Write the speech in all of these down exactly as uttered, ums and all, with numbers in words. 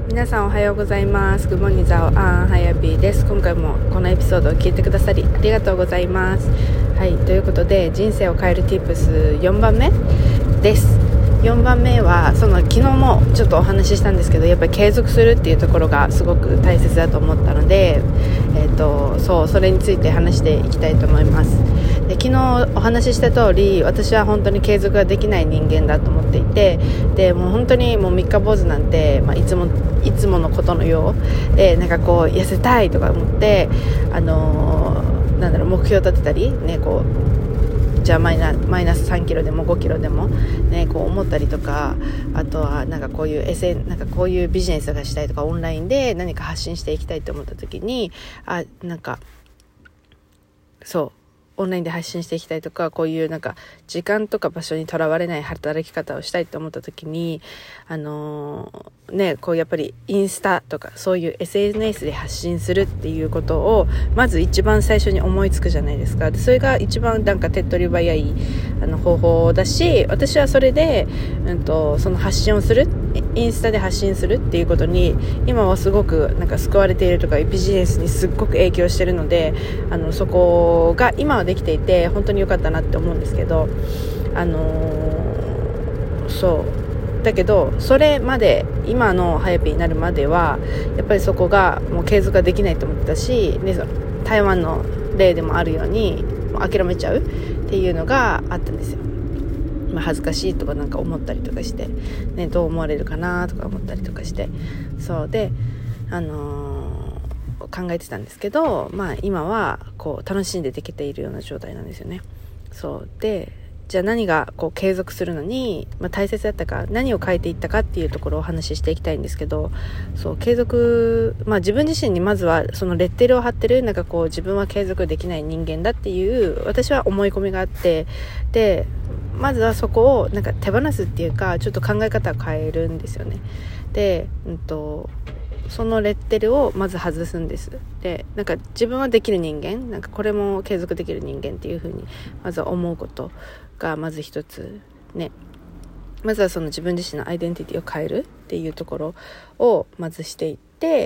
皆さんおはようございます。グモニザオアンハヤビーです。今回もこのエピソードを聞いてくださりありがとうございます。はい、ということで人生を変える Tips よんばんめです。よんばんめはその昨日もちょっとお話ししたんですけど、やっぱり継続するっていうところがすごく大切だと思ったので、えーと、そうそれについて話していきたいと思います。で昨日お話しした通り、私は本当に継続ができない人間だと思っていて、でもう本当にもう三日坊主なんて、まあ、いつもいつものことのようで、なんかこう痩せたいとか思って、あのー、なんだろう目標立てたりね、こうじゃあマイナ、マイナスさんキロでもごキロでも、ね、こう思ったりとか、あとはなんかこういう エスエヌ なんかこういうビジネスがしたいとか、オンラインで何か発信していきたいと思った時に、あなんかそうオンラインで発信していきたいとか、こういうなんか時間とか場所にとらわれない働き方をしたいと思った時に、あのー、ねこうやっぱりインスタとかそういう エスエヌエス で発信するっていうことをまず一番最初に思いつくじゃないですか。でそれが一番なんか手っ取り早いあの方法だし、私はそれで、うんと、その発信をする、インスタで発信するっていうことに今はすごくなんか救われているとか、ビジネスにすっごく影響しているので、あのそこが今はできていて本当に良かったなって思うんですけど、あのー、そうだけどそれまで今のハヤピーになるまではやっぱりそこがもう継続ができないと思ってたし、ね、その台湾の例でもあるようにもう諦めちゃうっていうのがあったんですよ。まあ、恥ずかしいとかなんか思ったりとかして、ね、どう思われるかなとか思ったりとかして、そうで、あのー、考えてたんですけど、まあ、今はこう楽しんでできているような状態なんですよね。そうで、じゃあ何がこう継続するのに、まあ、大切だったか、何を変えていったかっていうところをお話ししていきたいんですけど、そう継続、まあ、自分自身にまずはそのレッテルを貼ってる、なんかこう自分は継続できない人間だっていう私は思い込みがあって、でまずはそこをなんか手放すっていうか、ちょっと考え方を変えるんですよね。で、うんとそのレッテルをまず外すんです。でなんか自分はできる人間、なんかこれも継続できる人間っていう風にまずは思うことがまず一つね。まずはその自分自身のアイデンティティを変えるっていうところをまずしていって、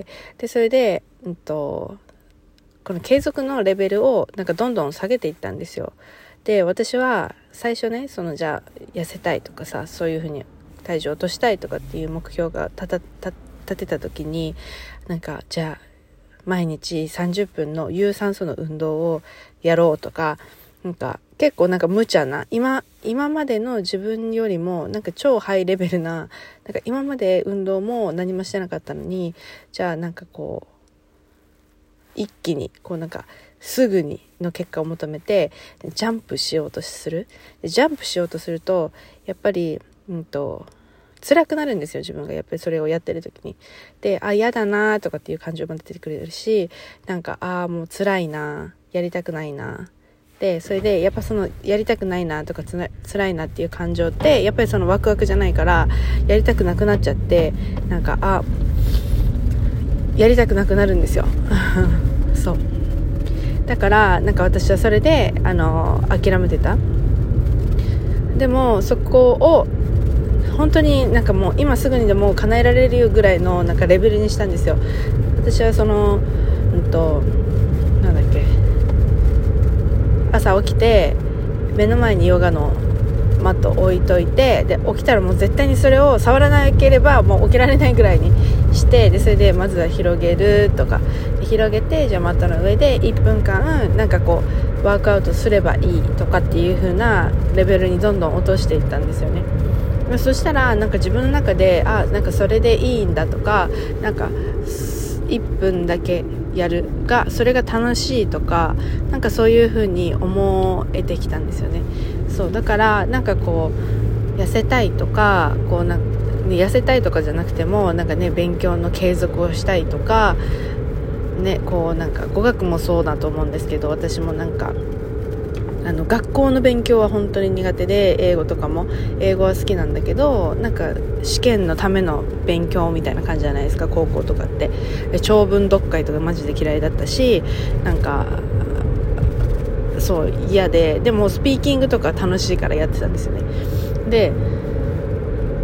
でそれで、うんとこの継続のレベルをなんかどんどん下げていったんですよ。で私は最初ね、そのじゃあ痩せたいとかさ、そういう風に体重を落としたいとかっていう目標がたたた立てた時に、なんかじゃあ毎日さんじゅっぷんの有酸素の運動をやろうとか、なんか結構なんか無茶な、今今までの自分よりもなんか超ハイレベルな、なんか今まで運動も何もしてなかったのに、じゃあなんかこう一気にこうなんかすぐにの結果を求めてジャンプしようとする。でジャンプしようとするとやっぱりうんと辛くなるんですよ、自分がやっぱりそれをやってる時に。で、あ、嫌だなとかっていう感情も出てくれるし、なんかあもう辛いな、やりたくないな。で、それでやっぱそのやりたくないなとかつら辛いなっていう感情ってやっぱりそのワクワクじゃないからやりたくなくなっちゃって、なんかあやりたくなくなるんですよ。そうだからなんか私はそれであの諦めてた。でもそこを本当になんかもう今すぐにでも叶えられるぐらいのなんかレベルにしたんですよ。私はそのうんとなんだっけ、朝起きて目の前にヨガのマットを置いといて、で起きたらもう絶対にそれを触らなければもう起きられないぐらいにして、でそれでまずは広げるとか、広げてじゃあマットの上でいっぷんかんなんかこうワークアウトすればいいとかっていう風なレベルにどんどん落としていったんですよね。そしたらなんか自分の中であなんかそれでいいんだとか、なんかいっぷんだけやるがそれが楽しいとか、なんかそういう風に思えてきたんですよね。そうだからなんかこう痩せたいとか、こうなんか痩せたいとかじゃなくてもなんかね勉強の継続をしたいとかね、こうなんか語学もそうだと思うんですけど、私もなんかあの学校の勉強は本当に苦手で、英語とかも英語は好きなんだけど、なんか試験のための勉強みたいな感じじゃないですか、高校とかって。長文読解とかマジで嫌いだったし、なんかそう嫌で、でもスピーキングとか楽しいからやってたんですよね。で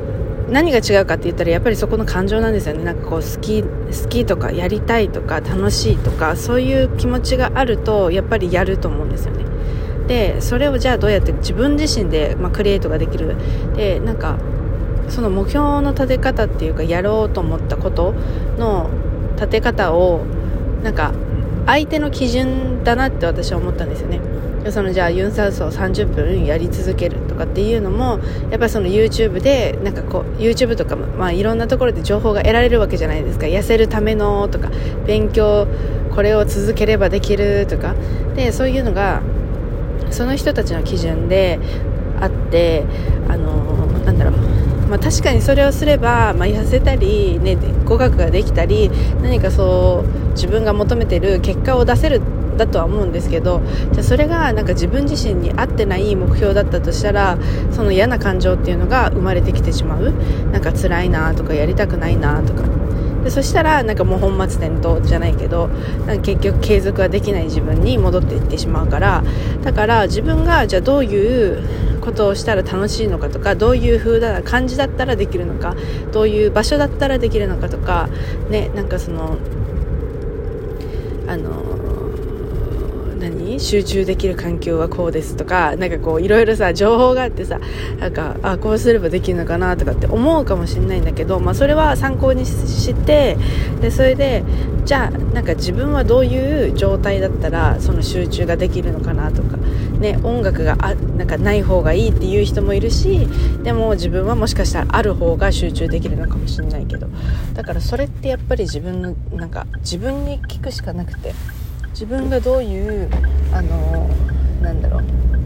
何が違うかって言ったらやっぱりそこの感情なんですよね。なんかこう好き好きとかやりたいとか楽しいとかそういう気持ちがあるとやっぱりやると思うんですよね。でそれをじゃあどうやって自分自身で、まあ、クリエイトができる。でなんかその目標の立て方っていうかやろうと思ったことの立て方をなんか相手の基準だなって私は思ったんですよね。そのじゃあユンサウスをさんじゅっぷんやり続けるとかっていうのもやっぱりその YouTube でなんかこう YouTube とかも、まあ、いろんなところで情報が得られるわけじゃないですか。痩せるためのとか勉強これを続ければできるとかでそういうのがその人たちの基準であってあのなんだろうまあ、確かにそれをすれば、まあ、痩せたり、ね、語学ができたり何かそう自分が求めている結果を出せるだとは思うんですけどじゃあそれがなんか自分自身に合ってない目標だったとしたらその嫌な感情っていうのが生まれてきてしまう。なんか辛いなとかやりたくないなとかでそしたらなんかもう本末転倒じゃないけどなんか結局継続ができない自分に戻っていってしまうからだから自分がじゃあどういうことをしたら楽しいのかとかどういう風な感じだったらできるのかどういう場所だったらできるのかとかねなんかそのあの何集中できる環境はこうですとかなんかこういろいろさ情報があってさなんかあこうすればできるのかなとかって思うかもしれないんだけど、まあ、それは参考にしてでそれでじゃあなんか自分はどういう状態だったらその集中ができるのかなとか、ね、音楽があなんかない方がいいっていう人もいるしでも自分はもしかしたらある方が集中できるのかもしれないけどだからそれってやっぱり自分のなんか自分に聞くしかなくて自分がどういうあのなんだろう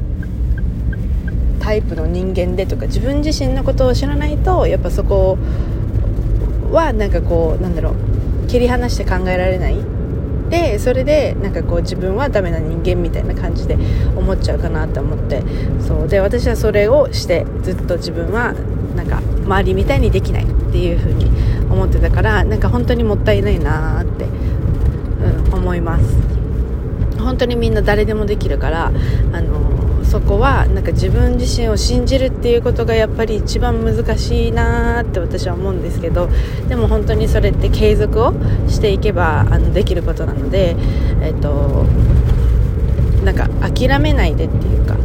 タイプの人間でとか自分自身のことを知らないとやっぱそこはなんかこうなんだろう切り離して考えられないでそれでなんかこう自分はダメな人間みたいな感じで思っちゃうかなと思ってそうで私はそれをしてずっと自分はなんか周りみたいにできないっていう風に思ってたからなんか本当にもったいないなって、うん、思います。本当にみんな誰でもできるからあのそこはなんか自分自身を信じるっていうことがやっぱり一番難しいなって私は思うんですけどでも本当にそれって継続をしていけばあのできることなので、えっと、なんか諦めないでっていうか、うん、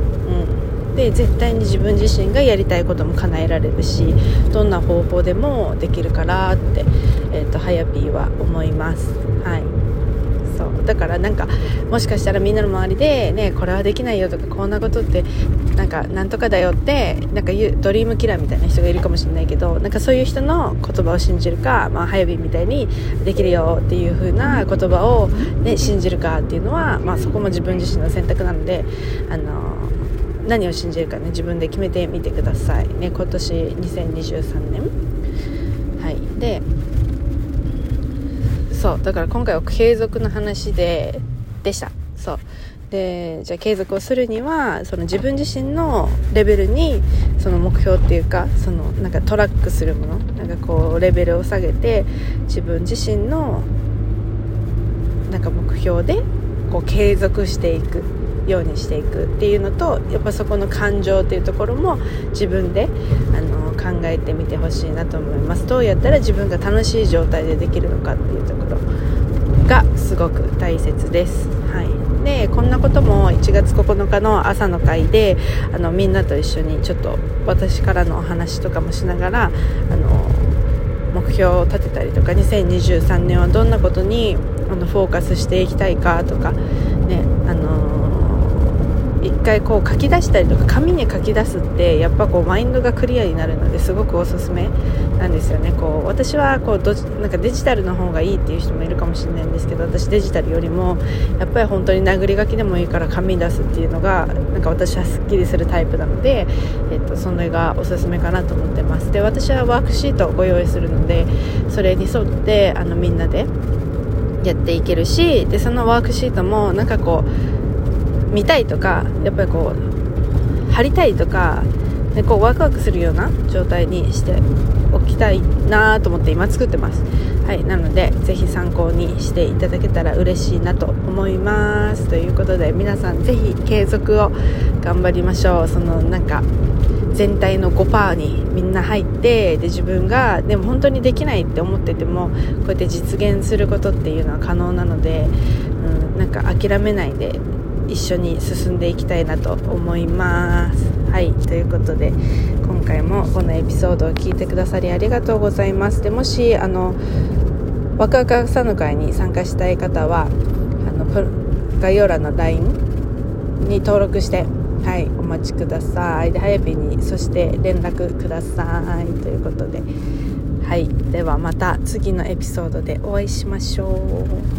で絶対に自分自身がやりたいことも叶えられるしどんな方法でもできるからって、えっと、はやぴーは思います。はいそうだからなんかもしかしたらみんなの周りで、ね、これはできないよとかこんなことってなんかなんとかだよってなんか言うドリームキラーみたいな人がいるかもしれないけどなんかそういう人の言葉を信じるか、まあ、はやびみたいにできるよっていう風な言葉を、ね、信じるかっていうのは、まあ、そこも自分自身の選択なのであの何を信じるかね自分で決めてみてください、ね、今年にせんにじゅうさんねんはいでそうだから今回は継続の話ででした。そうでじゃあ継続をするにはその自分自身のレベルにその目標っていうかそのなんかトラックするものなんかこうレベルを下げて自分自身のなんか目標でこう継続していくようにしていくっていうのとやっぱそこの感情っていうところも自分であの考えてみてほしいなと思います。どうやったら自分が楽しい状態でできるのかっていうところがすごく大切です。はい、でこんなこともいちがつここのかの朝の会であのみんなと一緒にちょっと私からのお話とかもしながらあの目標を立てたりとかにせんにじゅうさんねんはどんなことにあのフォーカスしていきたいかとかねあの一回こう書き出したりとか紙に書き出すってやっぱこうマインドがクリアになるのですごくおすすめなんですよね。こう私はこうどなんかデジタルの方がいいっていう人もいるかもしれないんですけど私デジタルよりもやっぱり本当に殴り書きでもいいから紙に出すっていうのがなんか私はすっきりするタイプなので、えっと、それがおすすめかなと思ってます。で私はワークシートをご用意するのでそれに沿ってあのみんなでやっていけるしでそのワークシートもなんかこう見たいとかやっぱりこう貼りたいとかでこうワクワクするような状態にしておきたいなと思って今作ってます。はい、なのでぜひ参考にしていただけたら嬉しいなと思います。ということで皆さんぜひ継続を頑張りましょう。そのなんか全体の ごパーセント にみんな入って、で自分がでも本当にできないって思っててもこうやって実現することっていうのは可能なので、うん、なんか諦めないで一緒に進んでいきたいなと思います。はい、ということで今回もこのエピソードを聞いてくださりありがとうございます。でもしあのワクワク朝の会に参加したい方はあの概要欄の ライン に登録して、はい、お待ちください。で、はやぴにそして連絡くださいということで、はい、ではまた次のエピソードでお会いしましょう。